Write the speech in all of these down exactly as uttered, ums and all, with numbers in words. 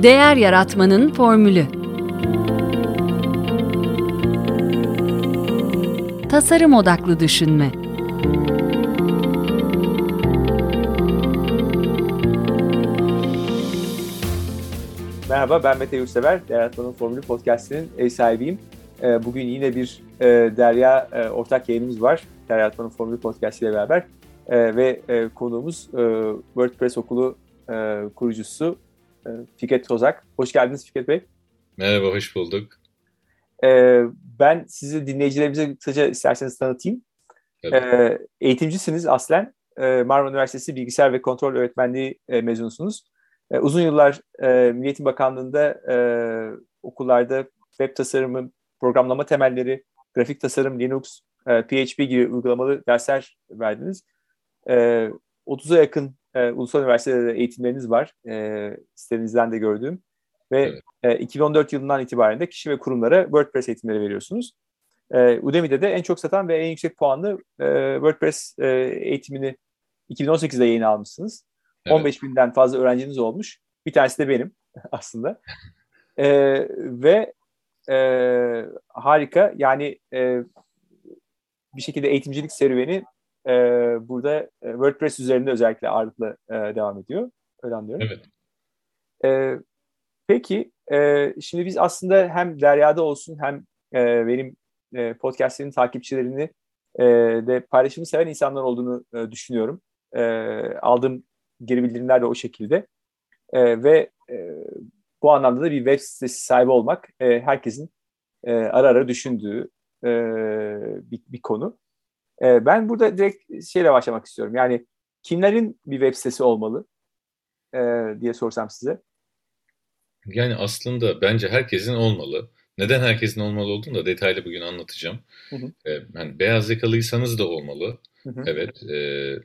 Değer yaratmanın formülü. Tasarım odaklı düşünme. Merhaba, ben Mete Yurtsever. Değer Yaratmanın Formülü Podcast'inin ev sahibiyim. Bugün yine bir Derya ortak yayınımız var. Değer Yaratmanın Formülü Podcast ile beraber. Ve konuğumuz WordPress Okulu kurucusu Fikret Tozak. Hoş geldiniz Fikret Bey. Merhaba, hoş bulduk. Ben sizi dinleyicilerimize kısaca isterseniz tanıtayım. Tabii. Eğitimcisiniz aslen. Marmara Üniversitesi Bilgisayar ve Kontrol Öğretmenliği mezunusunuz. Uzun yıllar Milli Eğitim Bakanlığı'nda okullarda web tasarımı, programlama temelleri, grafik tasarım, Linux, P H P gibi uygulamalı dersler verdiniz. otuza yakın ulusal üniversitelerde eğitimleriniz var. Sitenizden de gördüğüm. Ve evet. iki bin on dört yılından itibaren de kişi ve kurumlara WordPress eğitimleri veriyorsunuz. Udemy'de de en çok satan ve en yüksek puanlı WordPress eğitimini iki bin on sekizde yayın almışsınız. Evet. on beş binden fazla öğrenciniz olmuş. Bir tanesi de benim aslında. Ee, ve e, harika. Yani e, bir şekilde eğitimcilik serüveni e, burada e, WordPress üzerinde özellikle ağırlıklı e, devam ediyor. Öyle anlıyorum. Evet. E, peki, e, şimdi biz aslında hem Derya'da olsun hem e, benim e, podcastlerin takipçilerini e, de paylaşımı seven insanlar olduğunu e, düşünüyorum. E, aldığım geri bildirimler de o şekilde. E, ve e, bu anlamda da bir web sitesi sahibi olmak e, herkesin e, ara ara düşündüğü e, bir, bir konu. E, ben burada direkt şeyle başlamak istiyorum. Yani kimlerin bir web sitesi olmalı e, diye sorsam size. Yani aslında bence herkesin olmalı. Neden herkesin olmalı olduğunu da detaylı bugün anlatacağım. Hı hı. Ee, yani beyaz yakalıysanız da olmalı. Hı hı. Evet. E,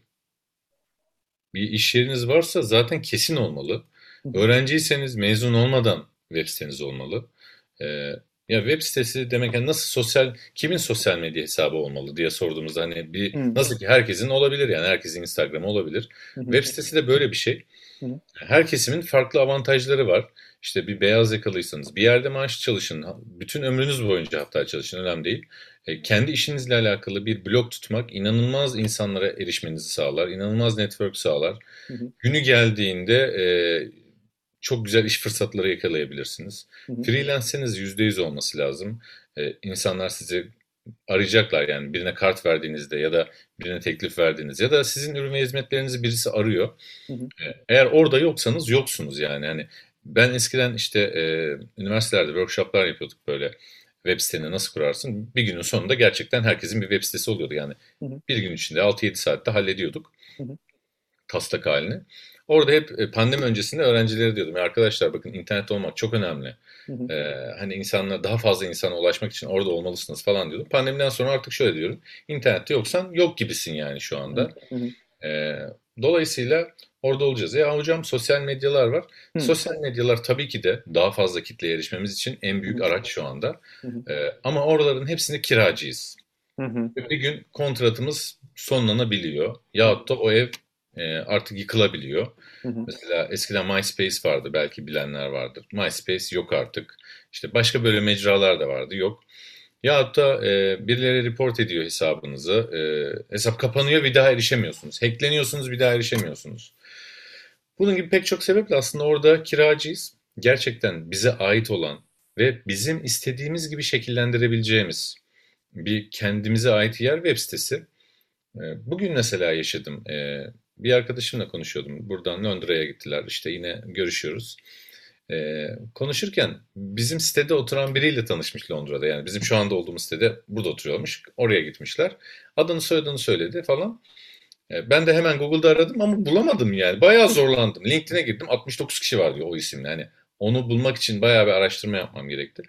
bir iş yeriniz varsa zaten kesin olmalı. Hı hı. Öğrenciyseniz mezun olmadan web siteniz olmalı. Ee, ya web sitesi demek yani nasıl sosyal, kimin sosyal medya hesabı olmalı diye sorduğumuzda hani bir Hı. nasıl ki herkesin olabilir yani herkesin Instagram'ı olabilir. Hı hı. Web sitesi de böyle bir şey. Hı hı. Her kesimin farklı avantajları var. İşte bir beyaz yakalıysanız bir yerde maaş çalışın. Bütün ömrünüz boyunca hatta çalışın önemli değil. E, kendi işinizle alakalı bir blog tutmak inanılmaz insanlara erişmenizi sağlar. İnanılmaz network sağlar. Hı hı. Günü geldiğinde e, çok güzel iş fırsatları yakalayabilirsiniz. Hı hı. Freelance'seniz yüzde yüz olması lazım. E, insanlar sizi arayacaklar yani birine kart verdiğinizde ya da birine teklif verdiğiniz ya da sizin ürün ve hizmetlerinizi birisi arıyor. Hı hı. Eğer orada yoksanız yoksunuz yani. Hani ben eskiden işte e, üniversitelerde workshoplar yapıyorduk böyle. Web siteni nasıl kurarsın? Bir günün sonunda gerçekten herkesin bir web sitesi oluyordu yani. Hı hı. Bir gün içinde altı yedi saatte hallediyorduk Hı hı. taslak halini. Orada hep pandemi öncesinde öğrencilere diyordum. Ya arkadaşlar bakın internet olmak çok önemli. Hı hı. Ee, hani insanlar daha fazla insana ulaşmak için orada olmalısınız falan diyordum. Pandemiden sonra artık şöyle diyorum. İnternette yoksan yok gibisin yani şu anda. Hı hı. Ee, dolayısıyla orada olacağız. Ya hocam sosyal medyalar var. Hı. Sosyal medyalar tabii ki de daha fazla kitleye erişmemiz için en Hı büyük hı. araç şu anda. Hı hı. Ee, ama oraların hepsini kiracıyız. Hı hı. Bir gün kontratımız sonlanabiliyor. Yahut da o ev e, artık yıkılabiliyor. Hı hı. Mesela eskiden MySpace vardı, belki bilenler vardır. MySpace yok artık. İşte başka böyle mecralar da vardı, yok. Yahut da e, birileri report ediyor hesabınızı. E, hesap kapanıyor, bir daha erişemiyorsunuz. Hackleniyorsunuz, bir daha erişemiyorsunuz. Bunun gibi pek çok sebeple aslında orada kiracıyız. Gerçekten bize ait olan ve bizim istediğimiz gibi şekillendirebileceğimiz bir kendimize ait yer web sitesi. Bugün mesela yaşadım. Bir arkadaşımla konuşuyordum. Buradan Londra'ya gittiler. İşte yine görüşüyoruz. Konuşurken bizim sitede oturan biriyle tanışmış Londra'da. Yani bizim şu anda olduğumuz sitede burada oturuyormuş. Oraya gitmişler. Adını soyadını söyledi falan. Ben de hemen Google'da aradım ama bulamadım yani. Bayağı zorlandım. LinkedIn'e girdim. altmış dokuz kişi var diyor o isimle. Yani onu bulmak için bayağı bir araştırma yapmam gerekti.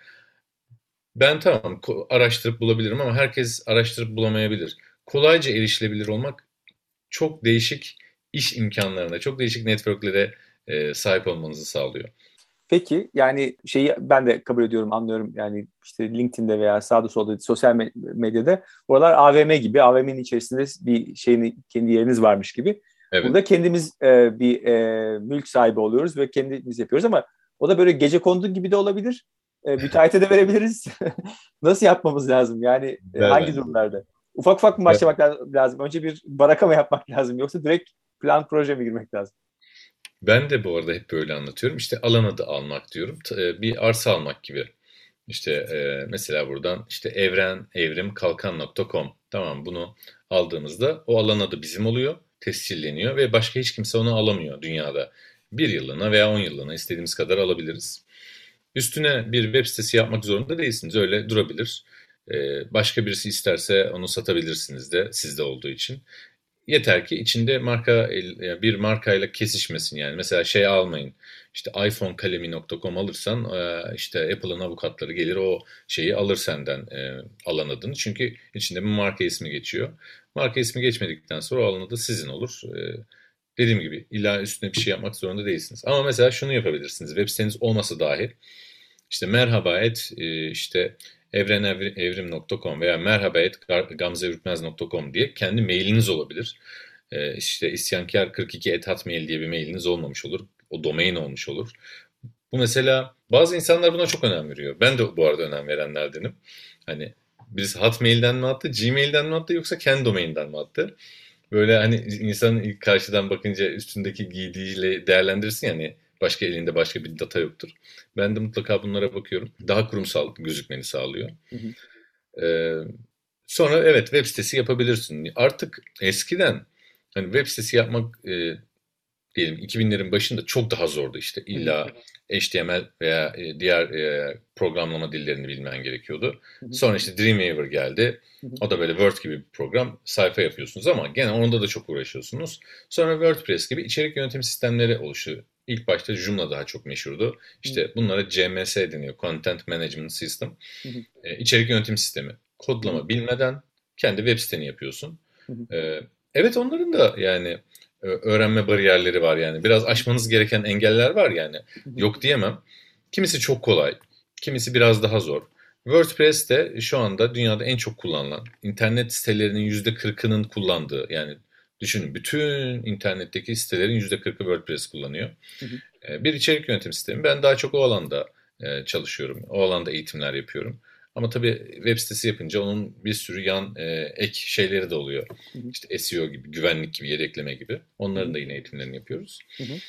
Ben tamam araştırıp bulabilirim ama herkes araştırıp bulamayabilir. Kolayca erişilebilir olmak çok değişik iş imkanlarına, çok değişik networklere e, sahip olmanızı sağlıyor. Peki yani şeyi ben de kabul ediyorum, anlıyorum. Yani işte LinkedIn'de veya sağda solda sosyal medyada oralar A V M gibi, A V M'nin içerisinde bir şeyin kendi yeriniz varmış gibi. Evet. Burada kendimiz e, bir e, mülk sahibi oluyoruz ve kendimiz yapıyoruz ama O da böyle gecekondu gibi de olabilir. E, müteahhite de verebiliriz. Nasıl yapmamız lazım? Yani e, Ver hangi bence. durumlarda? Ufak ufak mı Ya, başlamak lazım? Önce bir baraka mı yapmak lazım? Yoksa direkt plan proje mi girmek lazım? ben de bu arada hep böyle anlatıyorum. İşte alan adı almak diyorum. T- e, Bir arsa almak gibi. İşte e, mesela buradan işte evren evrim kalkan nokta com, tamam, bunu aldığımızda o alan adı bizim oluyor, tescilleniyor ve başka hiç kimse onu alamıyor dünyada. Bir yıllığına veya on yıllığına istediğimiz kadar alabiliriz. Üstüne bir web sitesi yapmak zorunda değilsiniz. Öyle durabilir. E, başka birisi isterse onu satabilirsiniz de, sizde olduğu için. Yeter ki içinde marka bir markayla kesişmesin yani. Mesela şey almayın. İşte iphone kalemi nokta com alırsan e, işte Apple'ın avukatları gelir o şeyi alır senden, e, alan adını. Çünkü içinde bir marka ismi geçiyor. Marka ismi geçmedikten sonra o alan adı sizin olur. E, Dediğim gibi illa üstüne bir şey yapmak zorunda değilsiniz. Ama mesela şunu yapabilirsiniz. Web siteniz olmasa dahi işte merhaba et e, işte evrenevrim nokta com veya merhaba et gamzeürtmez nokta com diye kendi mailiniz olabilir. E, işte isyankar kırk iki et hotmail diye bir mailiniz olmamış olur. O domain olmuş olur. Bu mesela bazı insanlar buna çok önem veriyor. Ben de bu arada önem verenlerdenim. Hani birisi Hotmail'den mi attı, Gmail'den mi attı yoksa kendi domainden mi attı? Böyle hani insanın ilk karşıdan bakınca üstündeki giydiğiyle değerlendirirsin ya, hani başka elinde başka bir data yoktur. Ben de mutlaka bunlara bakıyorum. Daha kurumsal gözükmeni sağlıyor. Hı hı. Ee, Sonra evet, web sitesi yapabilirsin. Artık eskiden hani web sitesi yapmak e, diyelim iki binlerin başında çok daha zordu işte. Hı hı. İlla H T M L veya e, diğer e, programlama dillerini bilmen gerekiyordu. Hı hı. Sonra işte Dreamweaver geldi. Hı hı. O da böyle Word gibi bir program. Sayfa yapıyorsunuz ama gene onda da çok uğraşıyorsunuz. Sonra WordPress gibi içerik yönetim sistemleri oluştu. İlk başta Joomla daha çok meşhurdu. İşte bunlara C M S deniyor. Content Management System. Hı hı. E, içerik yönetim sistemi. Hı hı. Kodlama bilmeden kendi web siteni yapıyorsun. Hı hı. E, evet, onların da yani e, öğrenme bariyerleri var yani. Biraz aşmanız gereken engeller var yani. Hı hı. Yok diyemem. Kimisi çok kolay, kimisi biraz daha zor. WordPress de şu anda dünyada en çok kullanılan, internet sitelerinin yüzde kırkının kullandığı, yani düşünün bütün internetteki sitelerin yüzde kırkı WordPress kullanıyor. Hı hı. E, Bir içerik yönetim sistemi. Ben daha çok o alanda e, çalışıyorum. O alanda eğitimler yapıyorum. Ama tabii web sitesi yapınca onun bir sürü yan e, ek şeyleri de oluyor. Hı hı. İşte S E O gibi, güvenlik gibi, yedekleme gibi. Hı Onların hı. da yine eğitimlerini yapıyoruz. Hı hı.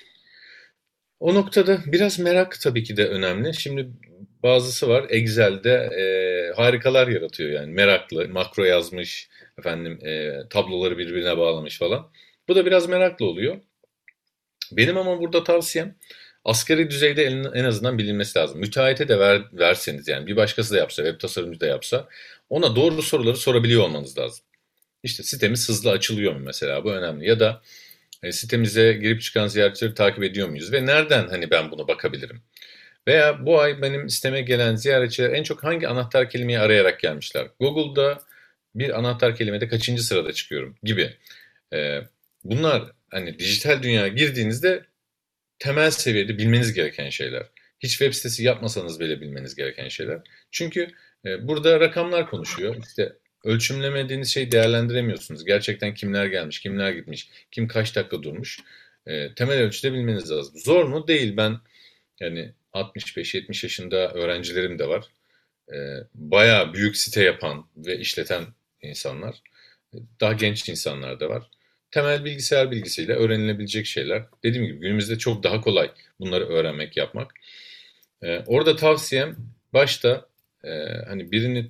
O noktada biraz merak tabii ki de önemli. Şimdi bazısı var Excel'de e, harikalar yaratıyor yani. Meraklı, makro yazmış, efendim e, tabloları birbirine bağlamış falan. Bu da biraz meraklı oluyor. Benim ama burada tavsiyem asgari düzeyde en, en azından bilinmesi lazım. Müteahhite de ver, verseniz yani bir başkası da yapsa, web tasarımcı da yapsa ona doğru soruları sorabiliyor olmanız lazım. İşte sitemiz hızlı açılıyor mu mesela, bu önemli. Ya da e, sitemize girip çıkan ziyaretçileri takip ediyor muyuz ve nereden hani ben bunu bakabilirim? Veya bu ay benim siteme gelen ziyaretçiler en çok hangi anahtar kelimeyi arayarak gelmişler? Google'da bir anahtar kelimede kaçıncı sırada çıkıyorum gibi. E, Bunlar hani dijital dünyaya girdiğinizde temel seviyede bilmeniz gereken şeyler. Hiç web sitesi yapmasanız bile bilmeniz gereken şeyler. Çünkü e, burada rakamlar konuşuyor. İşte ölçümlemediğiniz şeyi değerlendiremiyorsunuz. Gerçekten kimler gelmiş, kimler gitmiş, kim kaç dakika durmuş. E, temel ölçüde bilmeniz lazım. Zor mu? Değil. Ben yani altmış beş yetmiş yaşında öğrencilerim de var. E, Bayağı büyük site yapan ve işleten insanlar. E, Daha genç insanlar da var. Temel bilgisayar bilgisiyle öğrenilebilecek şeyler. Dediğim gibi günümüzde çok daha kolay bunları öğrenmek, yapmak. Ee, orada tavsiyem başta e, hani birini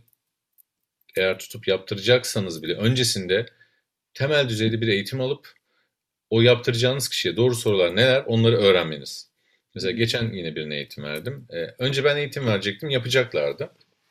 eğer tutup yaptıracaksanız bile öncesinde temel düzeyde bir eğitim alıp o yaptıracağınız kişiye doğru sorular neler onları öğrenmeniz. Hı Mesela hı. geçen yine birine eğitim verdim. Ee, önce ben eğitim verecektim, yapacaklardı.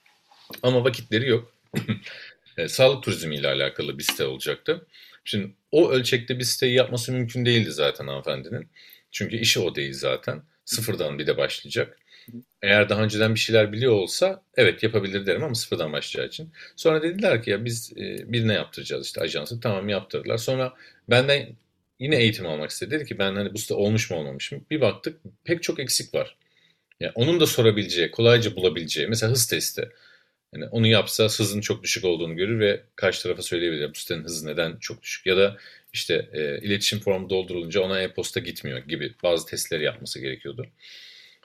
Ama vakitleri yok. E, sağlık turizmi ile alakalı bir site olacaktı. Şimdi o ölçekte bir siteyi yapması mümkün değildi zaten hanımefendinin. Çünkü işi o değil zaten. Sıfırdan bir de başlayacak. Eğer daha önceden bir şeyler biliyor olsa evet yapabilir derim ama sıfırdan başlayacağı için. Sonra dediler ki ya biz e, birine yaptıracağız işte ajansı. Tamam, yaptırdılar. Sonra benden yine eğitim almak istedi. Dedi ki ben hani bu site olmuş mu olmamış mı? Bir baktık pek çok eksik var. Yani onun da sorabileceği, kolayca bulabileceği mesela hız testi. Yani onu yapsa hızın çok düşük olduğunu görür ve karşı tarafa söyleyebilir. Bu sitenin hızı neden çok düşük? Ya da işte e, iletişim formu doldurulunca ona e-posta gitmiyor gibi bazı testleri yapması gerekiyordu.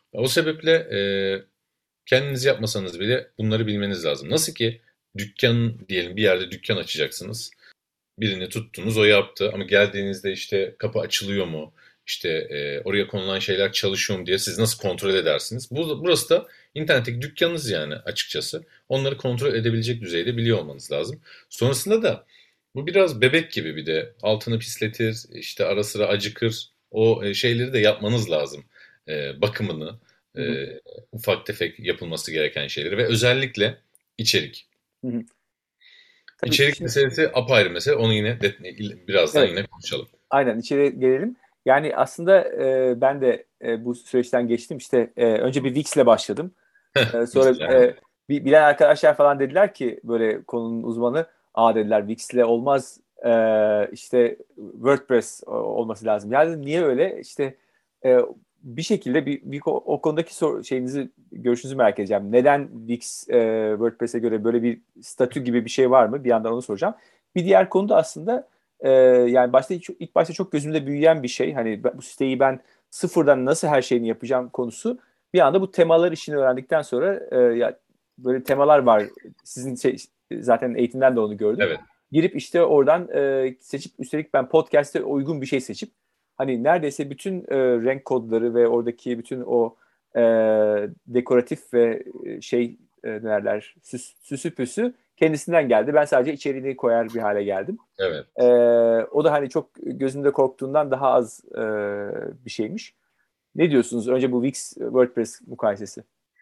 O sebeple e, kendiniz yapmasanız bile bunları bilmeniz lazım. Nasıl ki dükkan diyelim, bir yerde dükkan açacaksınız. Birini tuttunuz, o yaptı ama geldiğinizde işte kapı açılıyor mu? İşte e, oraya konulan şeyler çalışıyor mu diye siz nasıl kontrol edersiniz? Bu, burası da internetteki dükkanınız yani açıkçası. Onları kontrol edebilecek düzeyde biliyor olmanız lazım. Sonrasında da bu biraz bebek gibi, bir de altını pisletir, işte ara sıra acıkır. O e, şeyleri de yapmanız lazım. E, bakımını, Hı hı. e, ufak tefek yapılması gereken şeyleri ve özellikle içerik. Hı hı. Tabii İçerik şimdi, meselesi apayrı mesele. Onu yine de, birazdan evet, yine konuşalım. aynen içeri gelelim. Yani aslında e, ben de e, bu süreçten geçtim. İşte e, önce bir Wix'le başladım. E, sonra Güzel. e, bi- bilen arkadaşlar falan dediler ki, böyle konunun uzmanı, aa dediler, Wix'le olmaz, E, işte WordPress o- olması lazım. Yani dedim, niye öyle? İşte e, bir şekilde bir, bir ko- o konudaki sor- şeyinizi, görüşünüzü merak edeceğim. Neden Wix e, WordPress'e göre böyle bir statü gibi bir şey var mı? Bir yandan onu soracağım. Bir diğer konu da aslında e, yani başta ilk, ilk başta çok gözümde büyüyen bir şey. Hani ben- bu siteyi ben sıfırdan nasıl her şeyini yapacağım konusu. Bir anda bu temalar işini öğrendikten sonra e, ya böyle temalar var. Sizin şey, zaten eğitimden de onu gördüm. Evet, Girip işte oradan e, seçip, üstelik ben podcast'e uygun bir şey seçip, hani neredeyse bütün e, renk kodları ve oradaki bütün o e, dekoratif ve e, şey e, ne derler, süs, süsü püsü kendisinden geldi. Ben sadece içeriğini koyar bir hale geldim. evet. E, O da hani çok gözümde korktuğundan daha az e, bir şeymiş. Ne diyorsunuz? Önce bu Wix WordPress mukayesesi.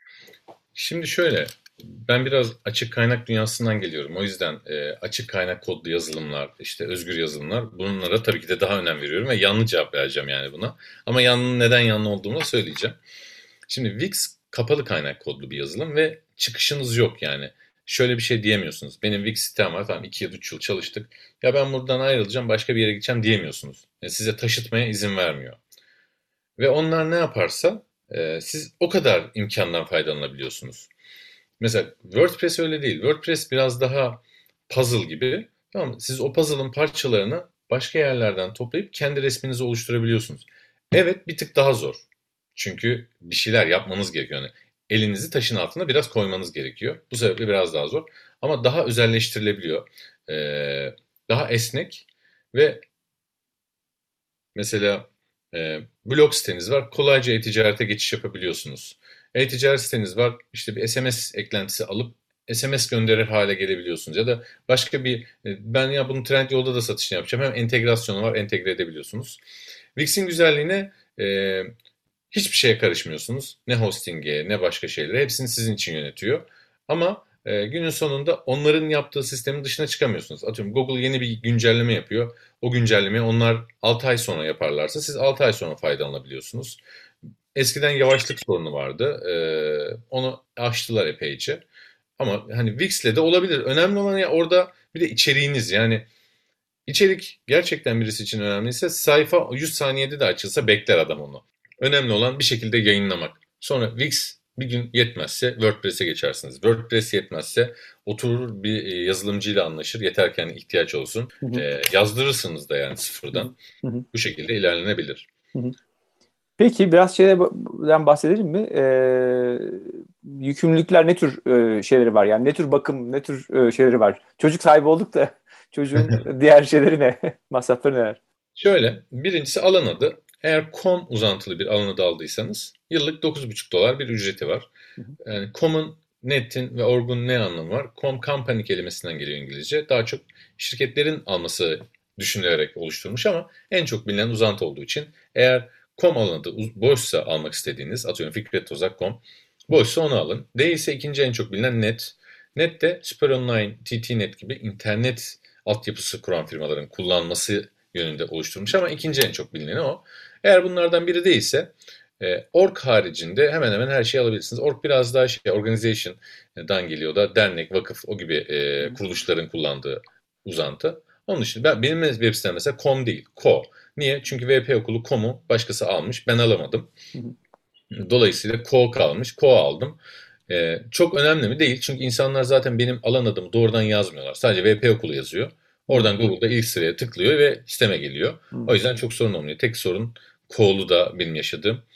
Şimdi şöyle, ben biraz açık kaynak dünyasından geliyorum. O yüzden e, açık kaynak kodlu yazılımlar, işte özgür yazılımlar, bunlara tabii ki de daha önem veriyorum ve yanlış cevap vereceğim yani buna. Ama yanlış, neden yanlış olduğunu da söyleyeceğim. Şimdi Wix kapalı kaynak kodlu bir yazılım ve çıkışınız yok yani. Şöyle bir şey diyemiyorsunuz. Benim Wix sitem var, tamam, iki yıl üç yıl çalıştık. Ya ben buradan ayrılacağım, başka bir yere gideceğim diyemiyorsunuz. Yani size taşıtmaya izin vermiyor. Ve onlar ne yaparsa e, siz o kadar imkandan faydalanabiliyorsunuz. Mesela WordPress öyle değil. WordPress biraz daha puzzle gibi. Tamam mı? Siz o puzzle'ın parçalarını başka yerlerden toplayıp kendi resminizi oluşturabiliyorsunuz. Evet, bir tık daha zor. Çünkü bir şeyler yapmanız gerekiyor. Yani elinizi taşın altına biraz koymanız gerekiyor. Bu sebeple biraz daha zor. Ama daha özelleştirilebiliyor. Ee, daha esnek ve mesela e, blog siteniz var. Kolayca e-ticarete geçiş yapabiliyorsunuz. E-ticaret siteniz var. İşte bir S M S eklentisi alıp S M S gönderir hale gelebiliyorsunuz. Ya da başka bir e, ben ya bunu Trendyol'da da satışını yapacağım. Hem entegrasyonu var, entegre edebiliyorsunuz. Wix'in güzelliğine e, hiçbir şeye karışmıyorsunuz. Ne hosting'e ne başka şeylere. Hepsini sizin için yönetiyor. Ama e, günün sonunda onların yaptığı sistemin dışına çıkamıyorsunuz. Atıyorum Google yeni bir güncelleme yapıyor. O güncellemeyi onlar altı ay sonra yaparlarsa siz altı ay sonra faydalanabiliyorsunuz. Eskiden yavaşlık sorunu vardı. Ee, onu aştılar epeyce. Ama hani Wix'le de olabilir. Önemli olan ya orada bir de içeriğiniz. Yani içerik gerçekten birisi için önemliyse sayfa yüz saniyede de açılsa bekler adam onu. Önemli olan bir şekilde yayınlamak. Sonra Wix bir gün yetmezse WordPress'e geçersiniz. WordPress yetmezse oturur bir e, yazılımcıyla anlaşır. Yeter ki hani ihtiyaç olsun. Hı hı, Ee, yazdırırsınız da yani hı hı, sıfırdan. hı hı, Bu şekilde ilerlenebilir. hı hı. Peki biraz şeyden bahsedelim mi? Ee, yükümlülükler ne tür e, şeyleri var? Yani ne tür bakım, ne tür e, şeyleri var? Çocuk sahibi olduk da çocuğun diğer şeyleri ne? Masrafları neler? Şöyle, birincisi alan adı. Eğer com uzantılı bir alan adı aldıysanız yıllık dokuz buçuk dolar bir ücreti var. Hı hı, Yani com'un, net'in ve org'un ne anlamı var? Com, company kelimesinden geliyor İngilizce. Daha çok şirketlerin alması düşünülerek oluşturmuş ama en çok bilinen uzantı olduğu için eğer com alan adı uz- boşsa almak istediğiniz, atıyorum Fikret Tozak nokta com, boşsa onu alın. Değilse ikinci en çok bilinen net. Net de Super Online, T T Net gibi internet altyapısı kuran firmaların kullanması yönünde oluşturmuş ama ikinci en çok bilineni o. Eğer bunlardan biri değilse e, org haricinde hemen hemen her şeyi alabilirsiniz. Org biraz daha şey, organization'dan geliyor da, dernek, vakıf, o gibi e, kuruluşların kullandığı uzantı. Onun dışında ben, benim web sitem mesela com değil, co. Niye? Çünkü V P okulu com'u başkası almış, ben alamadım. hı hı, Dolayısıyla co kalmış, co aldım. Ee, çok önemli mi? Değil. Çünkü insanlar zaten benim alan adımı doğrudan yazmıyorlar. Sadece V P okulu yazıyor. hı Oradan Google'da ilk sıraya tıklıyor ve siteme geliyor. hı, O yüzden çok sorun olmuyor. Tek sorun co'lu da benim yaşadığım.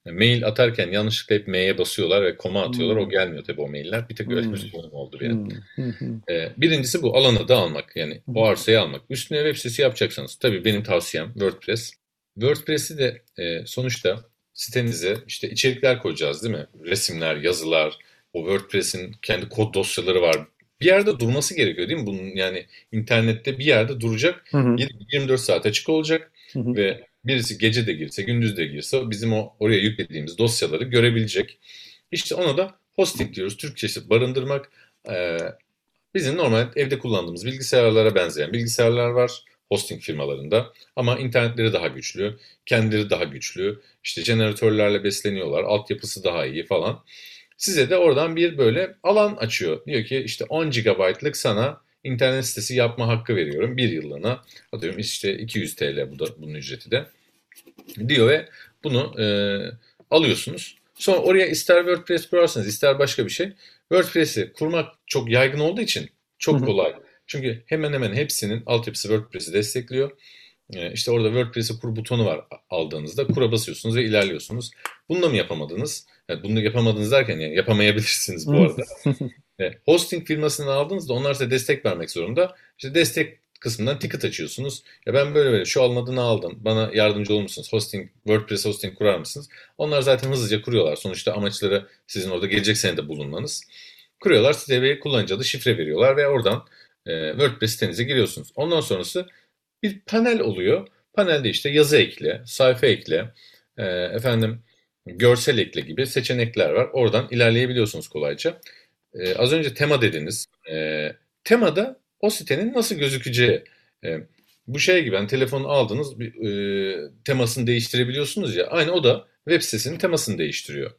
mail atarken yanlışlıkla hep M'ye basıyorlar ve koma atıyorlar. Hmm. O gelmiyor tabii o mailler. Bir tek öyle bir Hmm. sorun oldu benim. Hmm. Hmm. Ee, birincisi bu alanı da almak. Yani Hmm. o arsayı almak. Üstüne web sitesi yapacaksanız tabii benim tavsiyem WordPress. WordPress'i de e, sonuçta sitenize işte içerikler koyacağız değil mi? Resimler, yazılar, o WordPress'in kendi kod dosyaları var. Bir yerde durması gerekiyor değil mi? Bunun yani internette bir yerde duracak. Hmm. yirmi dört saat açık olacak Hmm. ve birisi gece de girse, gündüz de girse bizim o oraya yüklediğimiz dosyaları görebilecek. İşte ona da hosting diyoruz. Türkçesi barındırmak. Ee, Bizim normal evde kullandığımız bilgisayarlara benzeyen bilgisayarlar var hosting firmalarında. Ama internetleri daha güçlü, kendileri daha güçlü. İşte jeneratörlerle besleniyorlar, altyapısı daha iyi falan. Size de oradan bir böyle alan açıyor. Diyor ki işte on gigabaytlık sana internet sitesi yapma hakkı veriyorum bir yıllığına. Atıyorum işte iki yüz T L bu da bunun ücreti de diyor ve bunu e, alıyorsunuz. Sonra oraya ister WordPress kurarsınız ister başka bir şey. WordPress'i kurmak çok yaygın olduğu için çok Hmm. kolay. Çünkü hemen hemen hepsinin altyapısı WordPress'i destekliyor. E, işte orada WordPress'i kur butonu var aldığınızda. Kura basıyorsunuz ve ilerliyorsunuz. Bunu da mı yapamadınız? Yani bunu yapamadınız derken yani yapamayabilirsiniz bu arada. E, hosting firmasını aldığınızda onlar size destek vermek zorunda. İşte destek kısmından ticket açıyorsunuz. Ya ben böyle böyle şu alan adını aldım. Bana yardımcı olur musunuz? Hosting, WordPress hosting kurar mısınız? Onlar zaten hızlıca kuruyorlar. Sonuçta amaçları sizin orada gelecek sene de bulunmanız. Kuruyorlar size bir kullanıcı adı şifre veriyorlar ve oradan e, WordPress sitenize giriyorsunuz. Ondan sonrası bir panel oluyor. Panelde işte yazı ekle, sayfa ekle, e, efendim görsel ekle gibi seçenekler var. Oradan ilerleyebiliyorsunuz kolayca. Ee, az önce tema dediniz. Ee, temada o sitenin nasıl gözükeceği. Ee, Bu şey gibi hani telefonu aldınız bir, e, temasını değiştirebiliyorsunuz ya. Aynı o da web sitesinin temasını değiştiriyor.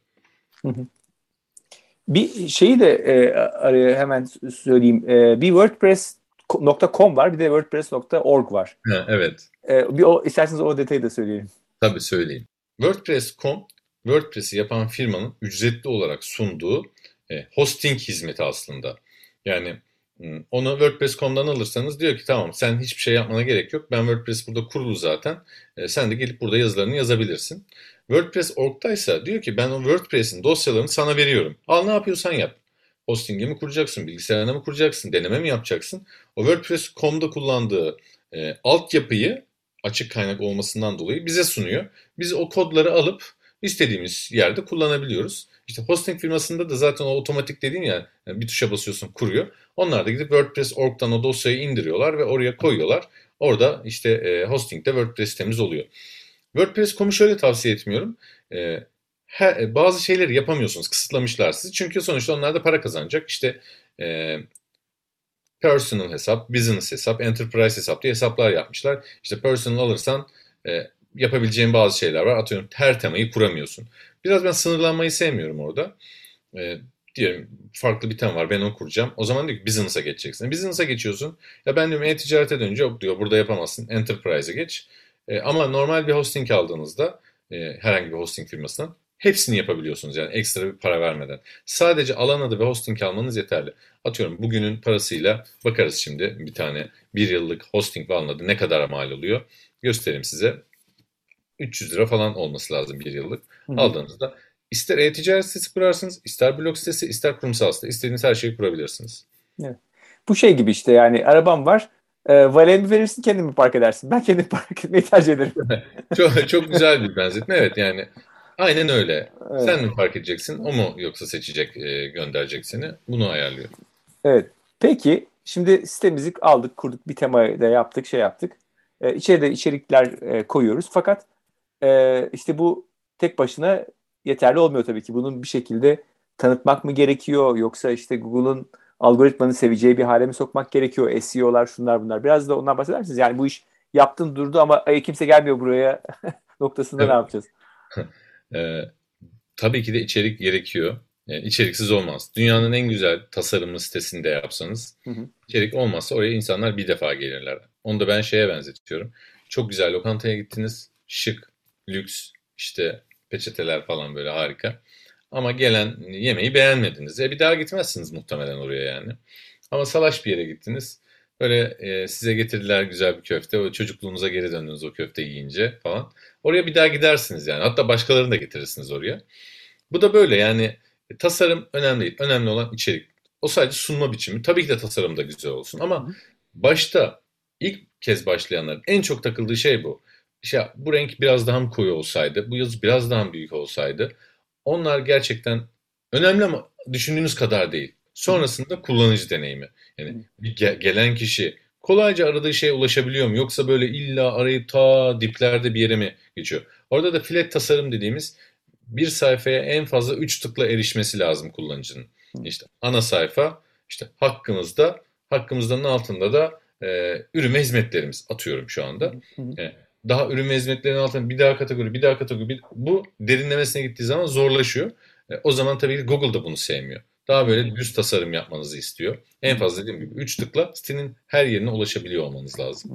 Bir şeyi de e, araya hemen söyleyeyim. E, bir WordPress nokta com var, bir de WordPress nokta org var. Ha, evet. E, bir o, isterseniz o detayı da söyleyelim. Tabii söyleyeyim. WordPress nokta com WordPress'i yapan firmanın ücretli olarak sunduğu e, hosting hizmeti aslında. Yani m, onu WordPress nokta com'dan alırsanız diyor ki tamam sen hiçbir şey yapmana gerek yok. Ben WordPress burada kurulu zaten. E, sen de gelip burada yazılarını yazabilirsin. WordPress nokta org'daysa diyor ki ben o WordPress'in dosyalarını sana veriyorum. Al ne yapıyorsan yap. Hosting'i mi kuracaksın, bilgisayarına mı kuracaksın, deneme mi yapacaksın? O WordPress nokta com'da kullandığı e, altyapıyı açık kaynak olmasından dolayı bize sunuyor. Biz o kodları alıp istediğimiz yerde kullanabiliyoruz. İşte hosting firmasında da zaten o otomatik dediğin ya bir tuşa basıyorsun kuruyor. Onlar da gidip WordPress nokta org'dan o dosyayı indiriyorlar ve oraya koyuyorlar. Orada işte e, hostingde WordPress sitemiz oluyor. WordPress nokta com'u şöyle tavsiye etmiyorum. E, he, bazı şeyleri yapamıyorsunuz. Kısıtlamışlar sizi. Çünkü sonuçta onlar da para kazanacak. İşte e, personal hesap, business hesap, enterprise hesap diye hesaplar yapmışlar. İşte personal alırsan e, yapabileceğin bazı şeyler var. Atıyorum her temayı kuramıyorsun. Biraz ben sınırlanmayı sevmiyorum orada. E, diyelim farklı bir tema var ben onu kuracağım. O zaman diyor ki business'a geçeceksin. Business'a geçiyorsun. Ya ben diyorum e-ticarete dönünce yok diyor burada yapamazsın. Enterprise'e geç. E, ama normal bir hosting aldığınızda e, herhangi bir hosting firmasından hepsini yapabiliyorsunuz yani ekstra bir para vermeden. Sadece alan adı ve hosting almanız yeterli. Atıyorum bugünün parasıyla bakarız şimdi bir tane bir yıllık hosting ve alan adı ne kadar mal oluyor. Göstereyim size. üç yüz lira falan olması lazım bir yıllık. Hı hı. Aldığınızda ister e-ticaret sitesi kurarsınız, ister blog sitesi, ister kurumsal site. İstediğiniz her şeyi kurabilirsiniz. Evet. Bu şey gibi işte yani arabam var. E, valemi verirsin kendin mi park edersin? Ben kendim park etmeyi tercih ederim. Çok çok güzel bir benzetme. Evet yani aynen öyle. Evet. Sen mi fark edeceksin, o mu yoksa seçecek, e, gönderecek seni? Bunu ayarlıyor. Evet. Peki şimdi sitemizi aldık, kurduk, bir temayı da yaptık, şey yaptık. E, içeride içerikler e, koyuyoruz. Fakat e, işte bu tek başına yeterli olmuyor tabii ki. Bunun bir şekilde tanıtmak mı gerekiyor? Yoksa işte Google'un algoritmanı seveceği bir hale mi sokmak gerekiyor? S E O'lar, şunlar bunlar. Biraz da ondan bahseder misiniz? Yani bu iş yaptın durdu ama ay, kimse gelmiyor buraya noktasında ne Evet. yapacağız? E, tabii ki de içerik gerekiyor. E, içeriksiz olmaz. Dünyanın en güzel tasarımlı sitesini de yapsanız Hı hı. içerik olmazsa oraya insanlar bir defa gelirler. Onu da ben şeye benzetiyorum. Çok güzel lokantaya gittiniz. Şık, lüks, işte peçeteler falan böyle harika. Ama gelen yemeği beğenmediniz. E bir daha gitmezsiniz muhtemelen oraya yani. Ama salaş bir yere gittiniz. Böyle e, size getirdiler güzel bir köfte. O çocukluğunuza geri döndünüz o köfte yiyince falan. Oraya bir daha gidersiniz yani. Hatta başkalarını da getirirsiniz oraya. Bu da böyle yani e, tasarım önemli değil. Önemli olan içerik. O sadece sunma biçimi. Tabii ki de tasarım da güzel olsun. Hı Ama hı. başta ilk kez başlayanların en çok takıldığı şey bu. İşte bu renk biraz daha mı koyu olsaydı, bu yazı biraz daha mı büyük olsaydı. Onlar gerçekten önemli ama düşündüğünüz kadar değil. Hı hı. Sonrasında kullanıcı deneyimi. Hı Yani hı. bir ge- gelen kişi kolayca aradığı şeye ulaşabiliyor mu? Yoksa böyle illa arayıp ta diplerde bir yere mi geçiyor? Orada da filet tasarım dediğimiz bir sayfaya en fazla üç tıkla erişmesi lazım kullanıcının. İşte ana sayfa, işte hakkımızda, hakkımızdanın altında da e, ürün ve hizmetlerimiz atıyorum şu Hı anda. hı. E, Daha ürün ve hizmetlerin altında bir daha kategori, bir daha kategori, bir, bu derinlemesine gittiği zaman zorlaşıyor. E, o zaman tabii ki Google da bunu sevmiyor. Daha böyle düz tasarım yapmanızı istiyor. En fazla dediğim gibi üç tıkla sitenin her yerine ulaşabiliyor olmanız lazım.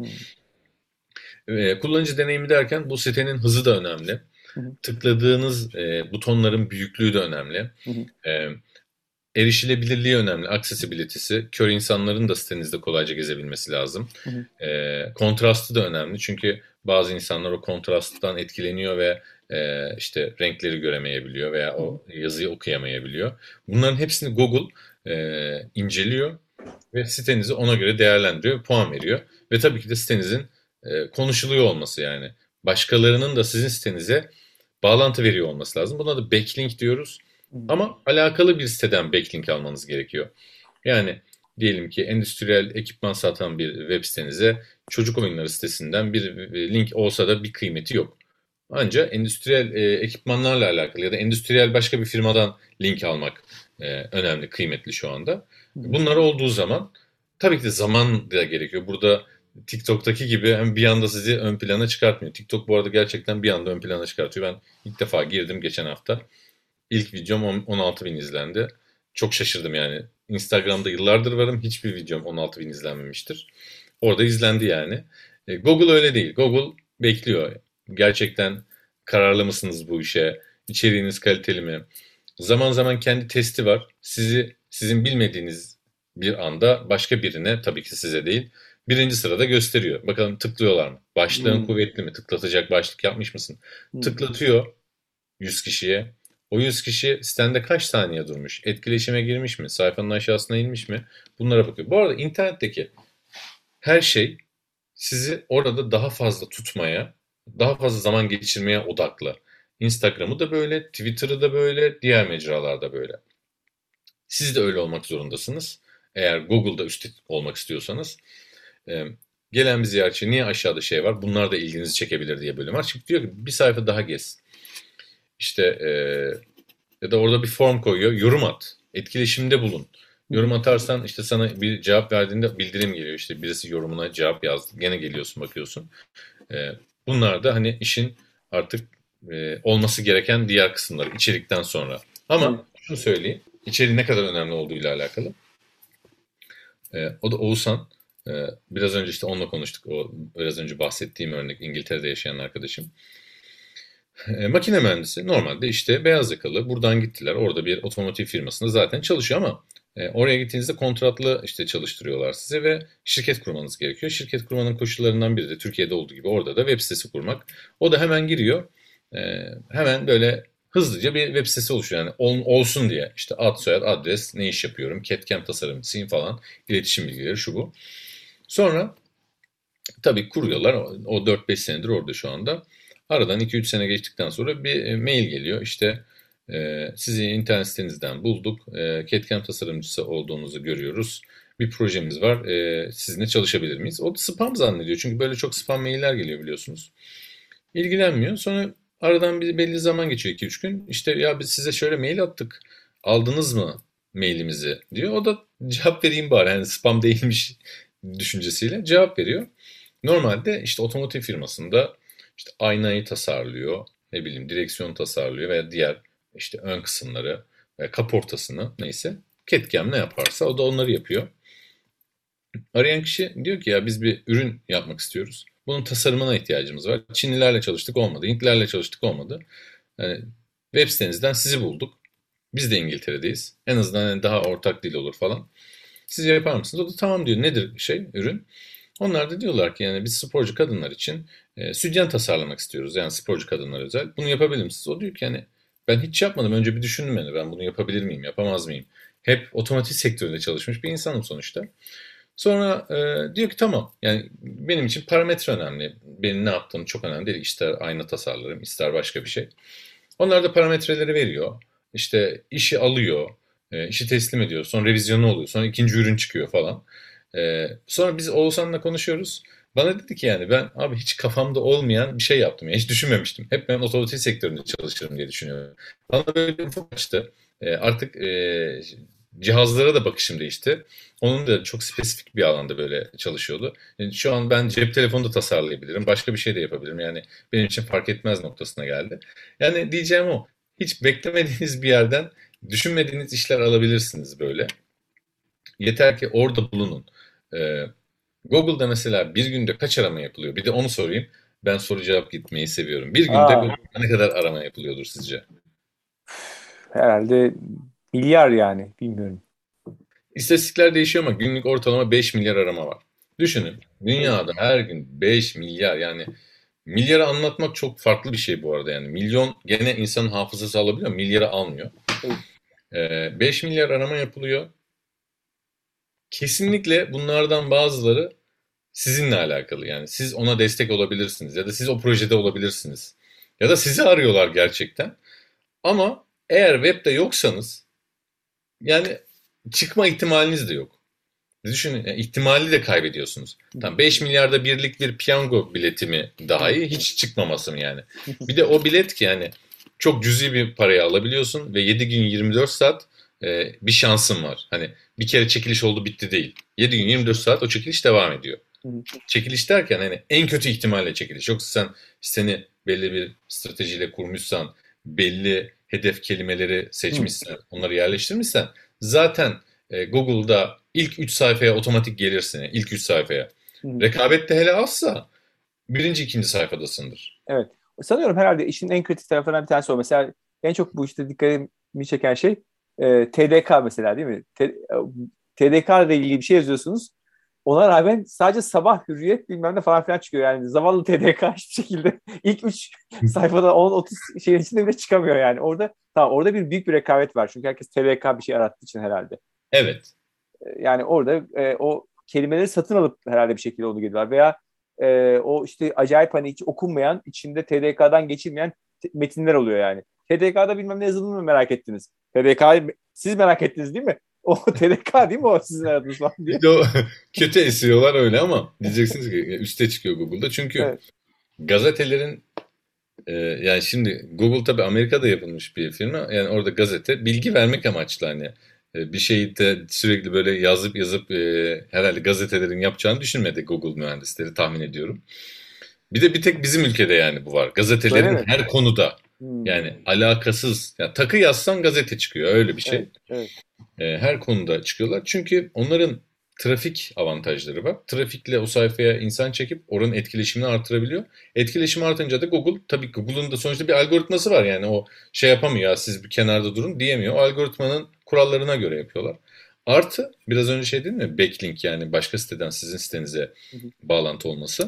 E, kullanıcı deneyimi derken bu sitenin hızı da önemli. Hı hı. Tıkladığınız e, butonların büyüklüğü de önemli. Hı hı. E, Erişilebilirliği önemli. Accessibility'si. Kör insanların da sitenizde kolayca gezebilmesi lazım. Hı hı. E, kontrastı da önemli. Çünkü bazı insanlar o kontrasttan etkileniyor ve e, işte renkleri göremeyebiliyor veya Hı hı. o yazıyı okuyamayabiliyor. Bunların hepsini Google e, inceliyor ve sitenizi ona göre değerlendiriyor, puan veriyor. Ve tabii ki de sitenizin e, konuşuluyor olması yani. Başkalarının da sizin sitenize bağlantı veriyor olması lazım. Buna da backlink diyoruz. Hı hı. Ama alakalı bir siteden backlink almanız gerekiyor. Yani diyelim ki endüstriyel ekipman satan bir web sitenize çocuk oyunları sitesinden bir link olsa da bir kıymeti yok. Ancak endüstriyel e, ekipmanlarla alakalı ya da endüstriyel başka bir firmadan link almak e, önemli, kıymetli şu anda. Hı hı. Bunlar olduğu zaman tabii ki de zaman da gerekiyor. Burada TikTok'taki gibi hem bir anda sizi ön plana çıkartmıyor. TikTok bu arada gerçekten bir anda ön plana çıkartıyor. Ben ilk defa girdim geçen hafta. İlk videom on altı bin izlendi. Çok şaşırdım yani. Instagram'da yıllardır varım. Hiçbir videom on altı bin izlenmemiştir. Orada izlendi yani. E, Google öyle değil. Google bekliyor. Gerçekten kararlı mısınız bu işe? İçeriğiniz kaliteli mi? Zaman zaman kendi testi var. Sizi sizin bilmediğiniz bir anda başka birine, tabii ki size değil, birinci sırada gösteriyor. Bakalım tıklıyorlar mı? Başlığın Hı kuvvetli mi? Tıklatacak başlık yapmış mısın? hı. Tıklatıyor yüz kişiye. O yüz kişi sitende kaç saniye durmuş? Etkileşime girmiş mi? Sayfanın aşağısına inmiş mi? Bunlara bakıyor. Bu arada internetteki her şey sizi orada daha fazla tutmaya, daha fazla zaman geçirmeye odaklı. Instagram'ı da böyle, Twitter'ı da böyle, diğer mecralarda böyle. Siz de öyle olmak zorundasınız. Eğer Google'da üstte olmak istiyorsanız. Ee, Gelen bir ziyaretçi niye aşağıda şey var? Bunlar da ilginizi çekebilir diye bölüm var. Çünkü diyor ki bir sayfa daha gez. İşte e, ya da orada bir form koyuyor. Yorum at. Etkileşimde bulun. Hı Yorum hı. atarsan işte sana bir cevap verdiğinde bildirim geliyor. İşte birisi yorumuna cevap yazdı. Gene geliyorsun bakıyorsun. E, Bunlar da hani işin artık e, olması gereken diğer kısımları içerikten sonra. Evet. Ama şunu söyleyeyim. İçeriğin ne kadar önemli olduğuyla alakalı. E, o da Oğuzhan. E, biraz önce işte onunla konuştuk. O biraz önce bahsettiğim örnek İngiltere'de yaşayan arkadaşım. E, makine mühendisi normalde işte beyaz yakalı buradan gittiler. Orada bir otomotiv firmasında zaten çalışıyor ama e, oraya gittiğinizde kontratlı işte çalıştırıyorlar size ve şirket kurmanız gerekiyor. Şirket kurmanın koşullarından biri de Türkiye'de olduğu gibi orada da web sitesi kurmak. O da hemen giriyor. E, hemen böyle hızlıca bir web sitesi oluşuyor. Yani ol, olsun diye işte ad soyad adres ne iş yapıyorum, C A D/C A M tasarımcısıyım falan, iletişim bilgileri şu bu. Sonra tabii kuruyorlar. O dört beş senedir orada şu anda. Aradan iki üç sene geçtikten sonra bir e, mail geliyor. İşte e, sizi internet sitenizden bulduk. E, C A D/C A M tasarımcısı olduğunuzu görüyoruz. Bir projemiz var. E, sizinle çalışabilir miyiz? O da spam zannediyor. Çünkü böyle çok spam mailler geliyor biliyorsunuz. İlgilenmiyor. Sonra aradan bir belli zaman geçiyor iki üç gün. İşte ya biz size şöyle mail attık. Aldınız mı mailimizi diyor. O da cevap vereyim bari. Yani spam değilmiş düşüncesiyle cevap veriyor. Normalde işte otomotiv firmasında işte aynayı tasarlıyor, ne bileyim direksiyon tasarlıyor veya diğer işte ön kısımları ve kaportasını neyse C A D/C A M ne yaparsa o da onları yapıyor. Arayan kişi diyor ki ya biz bir ürün yapmak istiyoruz. Bunun tasarımına ihtiyacımız var. Çinlilerle çalıştık olmadı, Hintlilerle çalıştık olmadı. Yani web sitenizden sizi bulduk. Biz de İngiltere'deyiz. En azından hani daha ortak dil olur falan. Siz yapar mısınız? O da tamam diyor. Nedir şey ürün? Onlar da diyorlar ki yani biz sporcu kadınlar için e, sütyen tasarlamak istiyoruz. Yani sporcu kadınlar özel. Bunu yapabilir misiniz? O diyor ki yani ben hiç yapmadım. Önce bir düşündüm yani ben bunu yapabilir miyim, yapamaz mıyım? Hep otomotiv sektöründe çalışmış bir insanım sonuçta. Sonra e, diyor ki tamam yani benim için parametre önemli. Benim ne yaptığım çok önemli değil. İster ayna tasarlarım, ister başka bir şey. Onlar da parametreleri veriyor. İşte işi alıyor, e, işi teslim ediyor. Sonra revizyonu oluyor. Sonra ikinci ürün çıkıyor falan. E, sonra biz Oğuzhan'la konuşuyoruz. Bana dedi ki yani ben abi hiç kafamda olmayan bir şey yaptım. Yani hiç düşünmemiştim. Hep ben otomotiv sektöründe çalışırım diye düşünüyorum. Bana böyle bir ufuk açtı. E, artık e, cihazlara da bakışım değişti. Onun da çok spesifik bir alanda böyle çalışıyordu. Yani şu an ben cep telefonu da tasarlayabilirim. Başka bir şey de yapabilirim. Yani benim için fark etmez noktasına geldi. Yani diyeceğim o. Hiç beklemediğiniz bir yerden düşünmediğiniz işler alabilirsiniz böyle. Yeter ki orada bulunun. Ee, Google'da mesela bir günde kaç arama yapılıyor? Bir de onu sorayım. Ben soru cevap gitmeyi seviyorum. Bir günde Aa, Google'da ne kadar arama yapılıyordur sizce? herhalde milyar yani bilmiyorum. İstatistikler değişiyor ama günlük ortalama beş milyar arama var. Düşünün. Evet. Dünyada her gün beş milyar yani milyarı anlatmak çok farklı bir şey bu arada yani. Milyon gene insanın hafızası alabiliyor, milyarı almıyor. Evet. Ee, beş milyar arama yapılıyor. Kesinlikle bunlardan bazıları sizinle alakalı. Yani siz ona destek olabilirsiniz ya da siz o projede olabilirsiniz. Ya da sizi arıyorlar gerçekten. Ama eğer webde yoksanız yani çıkma ihtimaliniz de yok. Düşünün yani ihtimali de kaybediyorsunuz. Tam beş milyarda birlik bir piyango bileti mi daha iyi hiç çıkmaması mı yani. Bir de o bilet ki yani çok cüzi bir paraya alabiliyorsun ve yedi gün yirmi dört saat e, bir şansın var. Hani bir kere çekiliş oldu bitti değil. yedi gün yirmi dört saat o çekiliş devam ediyor. Çekiliş derken hani en kötü ihtimalle çekiliş. Yoksa sen seni belli bir stratejiyle kurmuşsan, belli hedef kelimeleri seçmişsen, onları yerleştirmişsen zaten e, Google'da ilk üç sayfaya otomatik gelirsin. Yani ilk üç sayfaya. Rekabette hele azsa birinci, ikinci sayfadasındır. Evet. Sanıyorum herhalde işin en kritik taraflarından bir tanesi o. Mesela en çok bu işte dikkatimi çeken şey e, T D K mesela değil mi? T- TDK ile ilgili bir şey yazıyorsunuz. Ona rağmen sadece sabah hürriyet bilmem ne falan filan çıkıyor. Yani zavallı T D K hiçbir şekilde ilk üç sayfada on otuz şeyin içinde bile çıkamıyor yani. Orada tamam orada bir büyük bir rekabet var. Çünkü herkes T D K bir şey arattığı için herhalde. Evet. Yani orada e, o kelimeleri satın alıp herhalde bir şekilde onu geliyorlar. Veya e, o işte acayip hani hiç okunmayan, içinde T D K'dan geçilmeyen t- metinler oluyor yani. T D K'da bilmem ne yazıldığını mı merak ettiniz? T D K'yı siz merak ettiniz değil mi? O T D K değil mi o sizin aradığınız falan diye. Bir de o kötü esiyorlar öyle ama diyeceksiniz ki üste çıkıyor Google'da. Çünkü Evet. gazetelerin e, yani şimdi Google tabii Amerika'da yapılmış bir firma. Yani orada gazete bilgi vermek amaçlı hani e, bir şeyi de sürekli böyle yazıp yazıp e, herhalde gazetelerin yapacağını düşünmedi Google mühendisleri tahmin ediyorum. Bir de bir tek bizim ülkede yani bu var. Öyle Gazetelerin mi? her konuda Hmm. yani alakasız yani takı yazsan gazete çıkıyor öyle bir şey. Evet, evet. E, her konuda çıkıyorlar. Çünkü onların trafik avantajları var. Trafikle o sayfaya insan çekip oranın etkileşimini artırabiliyor. Etkileşim artınca da Google, tabii Google'un da sonuçta bir algoritması var. Yani o şey yapamıyor ya siz bir kenarda durun diyemiyor. O algoritmanın kurallarına göre yapıyorlar. Artı biraz önce şey dedim mi backlink yani başka siteden sizin sitenize Hı hı. bağlantı olması.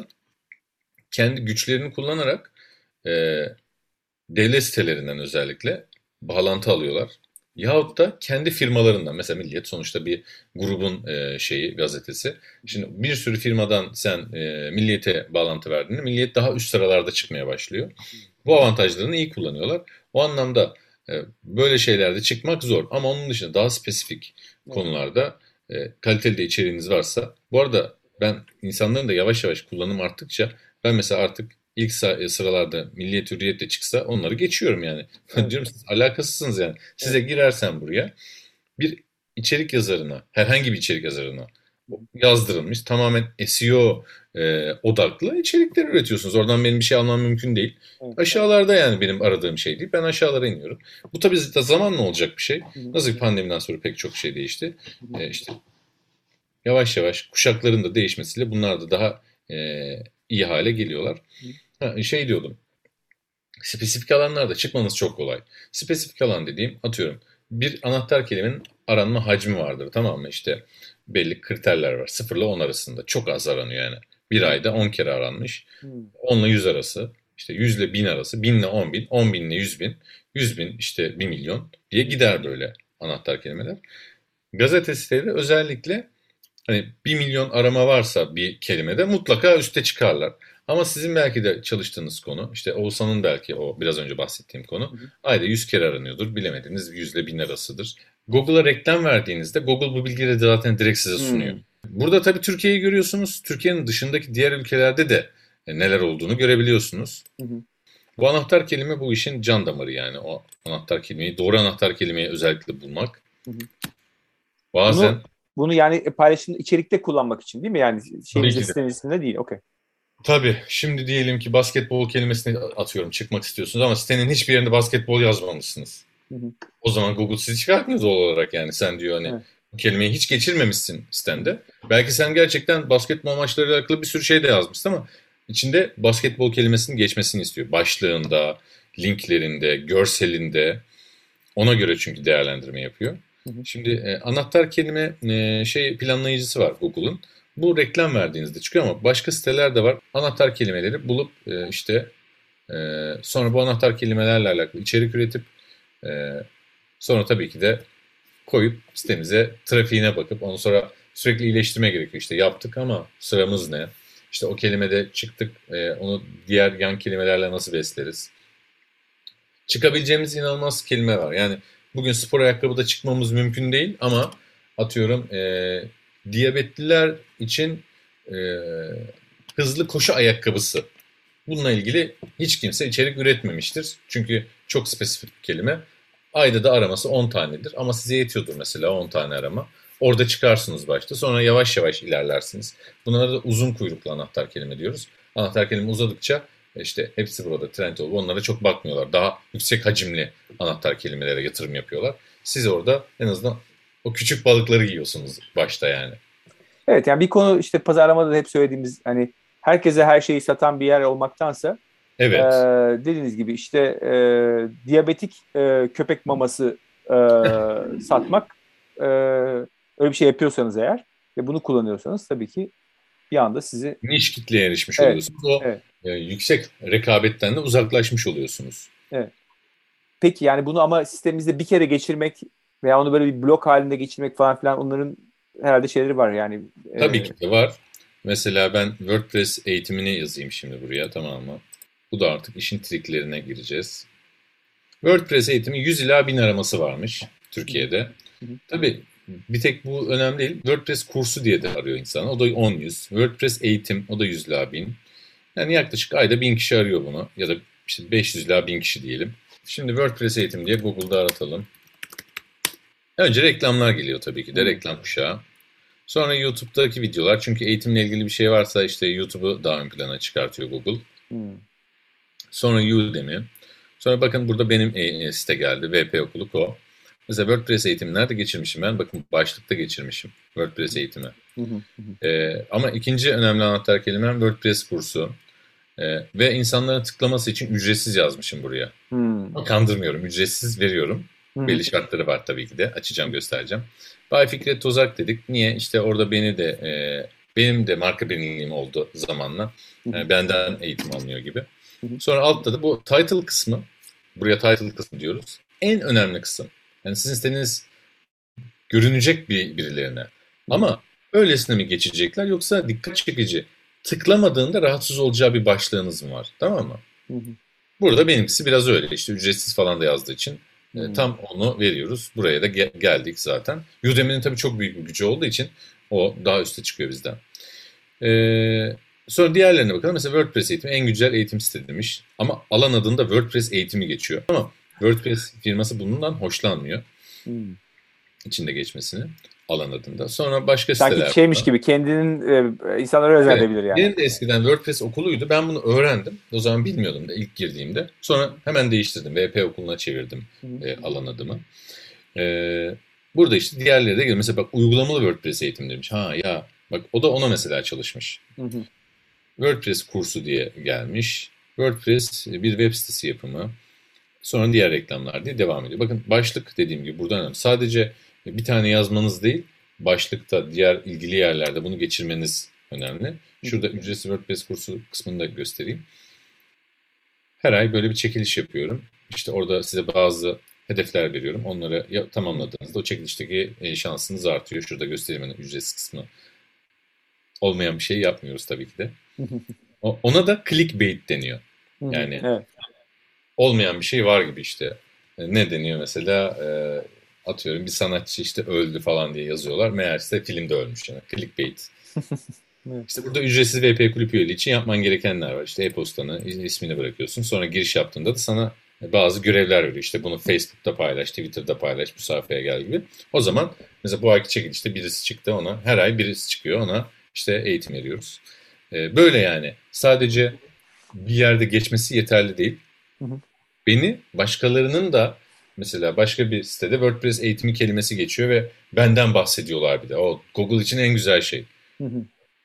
Kendi güçlerini kullanarak e, devlet sitelerinden özellikle bağlantı alıyorlar. Yahut da kendi firmalarından. Mesela Milliyet sonuçta bir grubun e, şeyi, gazetesi. Şimdi bir sürü firmadan sen e, Milliyet'e bağlantı verdiğinde Milliyet daha üst sıralarda çıkmaya başlıyor. Bu avantajlarını iyi kullanıyorlar. O anlamda e, böyle şeylerde çıkmak zor. Ama onun dışında daha spesifik Evet. konularda e, kaliteli de içeriğiniz varsa. Bu arada ben insanların da yavaş yavaş kullanım arttıkça ben mesela artık ilk sıralarda Milliyet Hürriyet de çıksa onları geçiyorum yani. Evet. Diyorum siz alakasızsınız yani. Size Evet. girersen buraya bir içerik yazarına, herhangi bir içerik yazarına yazdırılmış tamamen S E O e, odaklı içerikler üretiyorsunuz. Oradan benim bir şey almam mümkün değil. Evet. Aşağılarda yani benim aradığım şey değil. Ben aşağılara iniyorum. Bu tabii da zamanla olacak bir şey. Hı hı. Nasıl ki pandemiden sonra pek çok şey değişti. Hı hı. E, işte yavaş yavaş kuşakların da değişmesiyle bunlar da daha e, iyi hale geliyorlar. Ha, şey diyordum. Spesifik alanlarda çıkmanız çok kolay. Spesifik alan dediğim atıyorum bir anahtar kelimenin aranma hacmi vardır tamam mı? İşte belli kriterler var. sıfır ile on arasında. Çok az aranıyor yani. Bir ayda on kere aranmış. Hmm. on ile yüz arası. İşte yüz ile bin arası. bin ile on bin. on bin ile yüz bin. yüz bin işte bir milyon diye gider böyle anahtar kelimeler. Gazete siteleri özellikle hani bir milyon arama varsa bir kelimede mutlaka üste çıkarlar. Ama sizin belki de çalıştığınız konu, işte Oğuzhan'ın belki o biraz önce bahsettiğim konu, hı hı. ayda yüz kere aranıyordur. Bilemediğiniz yüz ile bin arasıdır. Google'a reklam verdiğinizde Google bu bilgileri zaten direkt size sunuyor. Hmm. Burada tabii Türkiye'yi görüyorsunuz. Türkiye'nin dışındaki diğer ülkelerde de neler olduğunu görebiliyorsunuz. Hı hı. Bu anahtar kelime bu işin can damarı yani. O anahtar kelimeyi, doğru anahtar kelimeyi özellikle bulmak. Hı hı. Bazen... Bunu, bunu yani paylaşım içerikte kullanmak için değil mi? Yani şeyimizde sitemizde değil. Okay. Tabii. Şimdi diyelim ki basketbol kelimesini atıyorum, çıkmak istiyorsunuz ama sitenin hiçbir yerinde basketbol yazmamışsınız. Hı hı. O zaman Google sizi çıkartmıyor doğal olarak yani. Sen diyor hani evet. bu kelimeyi hiç geçirmemişsin sitende. Belki sen gerçekten basketbol maçlarıyla alakalı bir sürü şey de yazmışsın ama içinde basketbol kelimesinin geçmesini istiyor. Başlığında, linklerinde, görselinde. Ona göre çünkü değerlendirme yapıyor. Hı hı. Şimdi e, anahtar kelime e, şey planlayıcısı var Google'un. Bu reklam verdiğinizde çıkıyor ama başka siteler de var. Anahtar kelimeleri bulup e, işte e, sonra bu anahtar kelimelerle alakalı içerik üretip e, sonra tabii ki de koyup sitemize trafiğine bakıp onu sonra sürekli iyileştirme gerekiyor. İşte yaptık ama sıramız ne? İşte o kelimede çıktık, e, onu diğer yan kelimelerle nasıl besleriz? Çıkabileceğimiz inanılmaz kelime var. Yani bugün spor ayakkabıda çıkmamız mümkün değil ama atıyorum e, diyabetliler için e, hızlı koşu ayakkabısı. Bununla ilgili hiç kimse içerik üretmemiştir. Çünkü çok spesifik bir kelime. Ayda da araması on tanedir ama size yetiyordur mesela on tane arama. Orada çıkarsınız başta. Sonra yavaş yavaş ilerlersiniz. Bunlara da uzun kuyruklu anahtar kelime diyoruz. Anahtar kelime uzadıkça işte hepsi burada trend olup onlara çok bakmıyorlar. Daha yüksek hacimli anahtar kelimelere yatırım yapıyorlar. Siz orada en azından o küçük balıkları yiyorsunuz başta yani. Evet yani bir konu işte pazarlamada da hep söylediğimiz hani herkese her şeyi satan bir yer olmaktansa evet. e, dediğiniz gibi işte e, diyabetik e, köpek maması e, satmak e, öyle bir şey yapıyorsanız eğer ve bunu kullanıyorsanız tabii ki bir anda sizi... Niş kitleye erişmiş evet. oluyorsunuz. O evet. e, yüksek rekabetten de uzaklaşmış oluyorsunuz. Evet. Peki yani bunu ama sistemimizde bir kere geçirmek veya onu böyle bir blok halinde geçirmek falan filan onların herhalde şeyleri var yani. Tabii e... ki de var. Mesela ben WordPress eğitimini yazayım şimdi buraya, tamam mı? Bu da artık işin triklerine gireceğiz. WordPress eğitimi yüz ila bin araması varmış Türkiye'de. Hı hı. Tabii bir tek bu önemli değil. WordPress kursu diye de arıyor insan. O da on yüz. WordPress eğitim o da yüz ila bin. Yani yaklaşık ayda bin kişi arıyor bunu. Ya da işte beş yüz ila bin kişi diyelim. Şimdi WordPress eğitim diye Google'da aratalım. Önce reklamlar geliyor tabii ki de. Reklam kuşağı. Sonra YouTube'daki videolar. Çünkü eğitimle ilgili bir şey varsa işte YouTube'u daha ön plana çıkartıyor Google. Hmm. Sonra Udemy. Sonra bakın burada benim site geldi. V P Okulu nokta co. Mesela WordPress eğitimi nerede geçirmişim ben? Bakın başlıkta geçirmişim WordPress eğitimi. Hı hı. Ee, ama ikinci önemli anahtar kelimem WordPress kursu. Ee, ve insanların tıklaması için ücretsiz yazmışım buraya. Hmm. Kandırmıyorum. Ücretsiz veriyorum. Hmm. Belli şartları var tabii ki de. Açacağım, göstereceğim. Bay Fikret Tozak dedik. Niye? İşte orada beni de e, benim de marka bilinirliğim oldu zamanla. Yani benden eğitim alınıyor gibi. Sonra altta da bu title kısmı. Buraya title kısmı diyoruz. En önemli kısım. Yani sizin siteniz görünecek bir birilerine. Ama öylesine mi geçecekler yoksa dikkat çekici, tıklamadığında rahatsız olacağı bir başlığınız mı var? Tamam mı? Hı hı. Burada benimkisi biraz öyle. İşte ücretsiz falan da yazdığı için hı. e, tam onu veriyoruz. Buraya da ge- geldik zaten. Udemy'nin tabii çok büyük bir gücü olduğu için o daha üste çıkıyor bizden. Ee, sonra diğerlerine bakalım. Mesela WordPress eğitimi en güncel eğitim site demiş. Ama alan adında WordPress eğitimi geçiyor. Ama WordPress firması bundan hoşlanmıyor. Hmm. İçinde geçmesini alan adında. Sonra başka Sanki siteler. Sanki şeymiş gibi kendinin e, insanlara özel evet, edebilir yani. Benim de eskiden WordPress okuluydu. Ben bunu öğrendim. O zaman bilmiyordum da ilk girdiğimde. Sonra hemen değiştirdim. V P okuluna çevirdim e, alan adımı. E, burada işte diğerleri de geliyor. Mesela bak uygulamalı WordPress eğitim demiş. Ha ya bak o da ona mesela çalışmış. Hı hı. WordPress kursu diye gelmiş. WordPress bir web sitesi yapımı. Sonra diğer reklamlar diye devam ediyor. Bakın başlık dediğim gibi buradan önemli. Sadece bir tane yazmanız değil, başlıkta, diğer ilgili yerlerde bunu geçirmeniz önemli. Şurada ücretsiz WordPress kursu kısmını da göstereyim. Her ay böyle bir çekiliş yapıyorum. İşte orada size bazı hedefler veriyorum. Onları tamamladığınızda o çekilişteki şansınız artıyor. Şurada göstereyim hani ücretsiz kısmı. Olmayan bir şey yapmıyoruz tabii ki de. Ona da clickbait deniyor. Yani evet. Olmayan bir şey var gibi işte. Ne deniyor mesela? Atıyorum bir sanatçı işte öldü falan diye yazıyorlar. Meğerse filmde ölmüş yani. Clickbait. Evet. İşte burada ücretsiz V P kulüp üyeliği için yapman gerekenler var. İşte e-postanı, ismini bırakıyorsun. Sonra giriş yaptığında da sana bazı görevler veriyor. İşte bunu Facebook'ta paylaş, Twitter'da paylaş, bu sayfaya gel gibi. O zaman mesela bu ayki çekilişte birisi çıktı ona. Her ay birisi çıkıyor ona işte eğitim veriyoruz. Ee, böyle yani. Sadece bir yerde geçmesi yeterli değil. Hı hı. Beni başkalarının da mesela başka bir sitede WordPress eğitimi kelimesi geçiyor ve benden bahsediyorlar bir de. O Google için en güzel şey. Hı hı.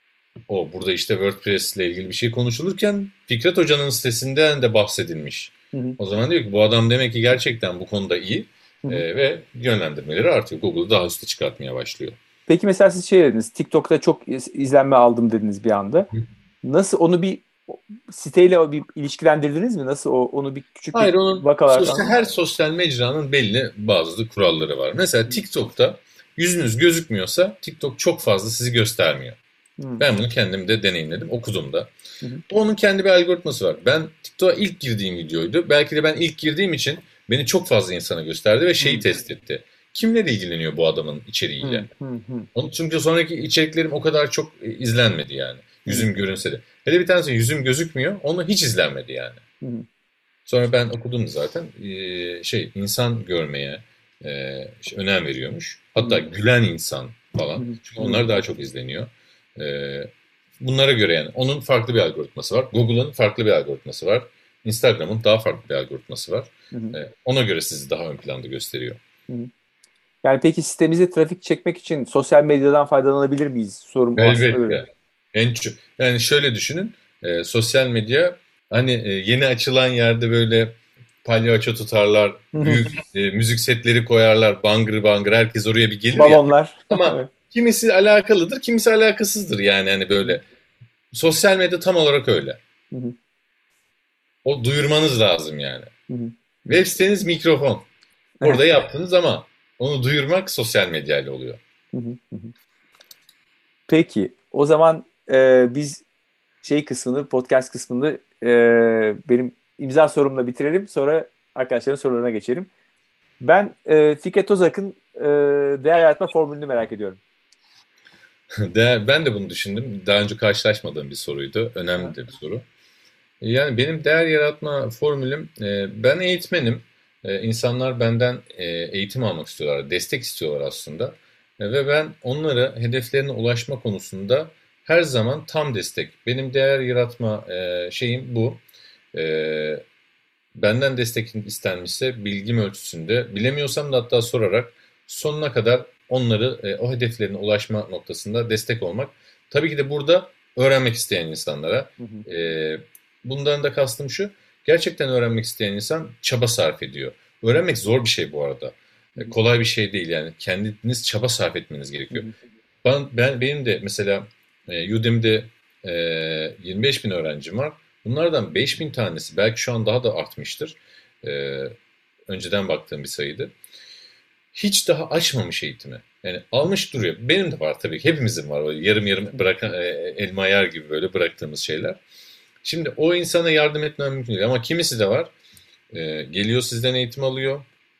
O burada işte WordPress ile ilgili bir şey konuşulurken Fikret Hoca'nın sitesinden de bahsedilmiş. Hı hı. O zaman diyor ki bu adam demek ki gerçekten bu konuda iyi e, ve yönlendirmeleri artıyor. Google'ı daha üste çıkartmaya başlıyor. Peki mesela siz şey dediniz, TikTok'ta çok izlenme aldım dediniz bir anda. Hı. Nasıl onu bir siteyle bir ilişkilendirdiniz mi? Nasıl o, onu bir küçük Hayır, bir onun vakalardan... sosyal, her sosyal mecranın belli bazı kuralları var. Mesela TikTok'ta yüzünüz gözükmüyorsa TikTok çok fazla sizi göstermiyor. Hmm. Ben bunu kendim de deneyimledim, okudum da. Hı hı. Onun kendi bir algoritması var. Ben TikTok'a ilk girdiğim videoydu. Belki de ben ilk girdiğim için beni çok fazla insana gösterdi ve şeyi hı. test etti. Kimler ilgileniyor bu adamın içeriğiyle? Hı hı hı. Onun çünkü sonraki içeriklerim o kadar çok izlenmedi yani. Yüzüm hı. görünse de. Hele bir tanesi yüzüm gözükmüyor, onu hiç izlenmedi yani. Hı hı. Sonra ben okudum zaten. Ee, şey insan görmeye e, işte önem veriyormuş. Hatta hı. gülen insan falan. Hı hı. Çünkü onlar daha çok izleniyor. Ee, bunlara göre yani onun farklı bir algoritması var. Google'ın farklı bir algoritması var. Instagram'ın daha farklı bir algoritması var. Hı hı. Ee, ona göre sizi daha ön planda gösteriyor. Hı hı. Yani peki sitemize trafik çekmek için sosyal medyadan faydalanabilir miyiz? Sorum Elbette. En çok, yani şöyle düşünün. E, sosyal medya hani e, yeni açılan yerde böyle palyaço tutarlar, büyük e, müzik setleri koyarlar, bangır bangır herkes oraya bir gelir balonlar. Ya. Ama evet. Kimisi alakalıdır, kimisi alakasızdır yani hani böyle. Sosyal medya tam olarak öyle. Hı hı. O duyurmanız lazım yani. Hı hı. Web siteniz mikrofon. Orada yaptınız ama onu duyurmak sosyal medyayla oluyor. Hı hı. Peki o zaman e, biz şey kısmını, podcast kısmını e, benim imza sorumla bitirelim. Sonra arkadaşların sorularına geçelim. Ben e, Fikret Ozak'ın e, değer yaratma formülünü merak ediyorum. Değer, ben de bunu düşündüm. Daha önce karşılaşmadığım bir soruydu. Önemli de bir soru. Yani benim değer yaratma formülüm, e, ben eğitmenim. E, insanlar benden e, eğitim almak istiyorlar, destek istiyorlar aslında. E, ve ben onlara hedeflerine ulaşma konusunda her zaman tam destek. Benim değer yaratma e, şeyim bu. E, benden destek istenmişse bilgim ölçüsünde, bilemiyorsam da hatta sorarak sonuna kadar onları e, o hedeflerine ulaşma noktasında destek olmak. Tabii ki de burada öğrenmek isteyen insanlara. Hı hı. E, bundan da kastım şu, gerçekten öğrenmek isteyen insan çaba sarf ediyor. Öğrenmek zor bir şey bu arada. E, kolay bir şey değil yani. Kendiniz çaba sarf etmeniz gerekiyor. Hı hı. Ben, ben Benim de mesela e, Udemy'de e, yirmi beş bin öğrencim var. Bunlardan beş bin tanesi belki şu an daha da artmıştır. E, önceden baktığım bir sayıydı. Hiç daha açmamış eğitimi. Yani almış duruyor. Benim de var tabii ki. Hepimizin var. Böyle yarım yarım bırakan, e, elma yer gibi böyle bıraktığımız şeyler. Şimdi o insana yardım etmem mümkün değil. Ama kimisi de var. E, geliyor sizden eğitim alıyor.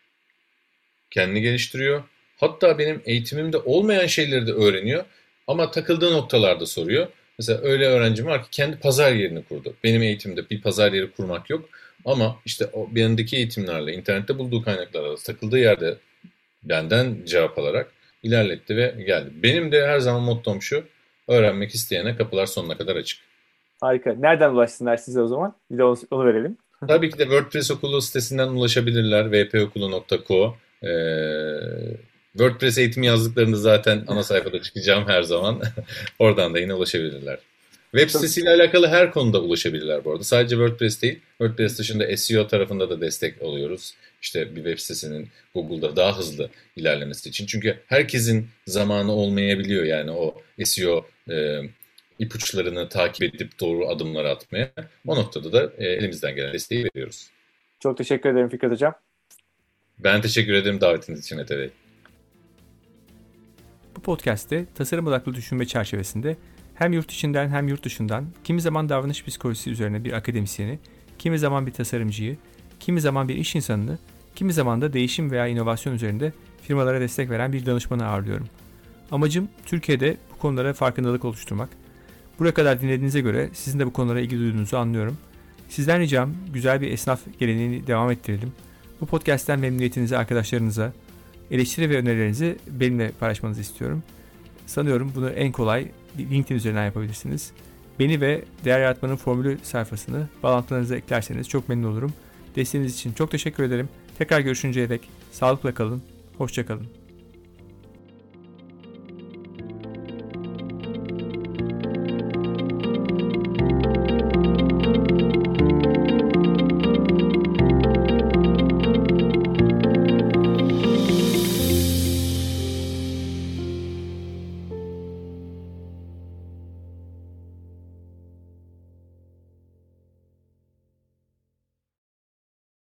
Kendini geliştiriyor. Hatta benim eğitimimde olmayan şeyleri de öğreniyor. Ama takıldığı noktalarda soruyor. Mesela öyle öğrencim var ki kendi pazar yerini kurdu. Benim eğitimde bir pazar yeri kurmak yok. Ama işte o yanındaki eğitimlerle, internette bulduğu kaynaklarla takıldığı yerde benden cevap alarak ilerletti ve geldi. Benim de her zaman mottom şu, öğrenmek isteyene kapılar sonuna kadar açık. Harika. Nereden ulaşsınlar size o zaman? Bir de onu, onu verelim. Tabii ki de WordPress okulu sitesinden ulaşabilirler. w p okulu nokta co ee, WordPress eğitimi yazdıklarında zaten ana sayfada çıkacağım her zaman. Oradan da yine ulaşabilirler. Web sitesiyle alakalı her konuda ulaşabilirler bu arada. Sadece WordPress değil. WordPress dışında S E O tarafında da destek oluyoruz. İşte bir web sitesinin Google'da daha hızlı ilerlemesi için. Çünkü herkesin zamanı olmayabiliyor yani o S E O e, ipuçlarını takip edip doğru adımlar atmaya. O noktada da e, elimizden gelen desteği veriyoruz. Çok teşekkür ederim Fikret Hocam. Ben teşekkür ederim davetiniz için Mete Bey. Bu podcast'te tasarım odaklı düşünme çerçevesinde hem yurt içinden hem yurt dışından kimi zaman davranış psikolojisi üzerine bir akademisyeni, kimi zaman bir tasarımcıyı, kimi zaman bir iş insanını, kimi zaman da değişim veya inovasyon üzerinde firmalara destek veren bir danışmanı ağırlıyorum. Amacım Türkiye'de bu konulara farkındalık oluşturmak. Buraya kadar dinlediğinize göre sizin de bu konulara ilgi duyduğunuzu anlıyorum. Sizden ricam güzel bir esnaf geleneğini devam ettirelim. Bu podcast'ten memnuniyetinizi arkadaşlarınıza, eleştiri ve önerilerinizi benimle paylaşmanızı istiyorum. Sanıyorum bunu en kolay LinkedIn üzerinden yapabilirsiniz. Beni ve Değer Yaratmanın Formülü sayfasını bağlantılarınıza eklerseniz çok memnun olurum. Desteğiniz için çok teşekkür ederim. Tekrar görüşünceye dek sağlıkla kalın, hoşça kalın.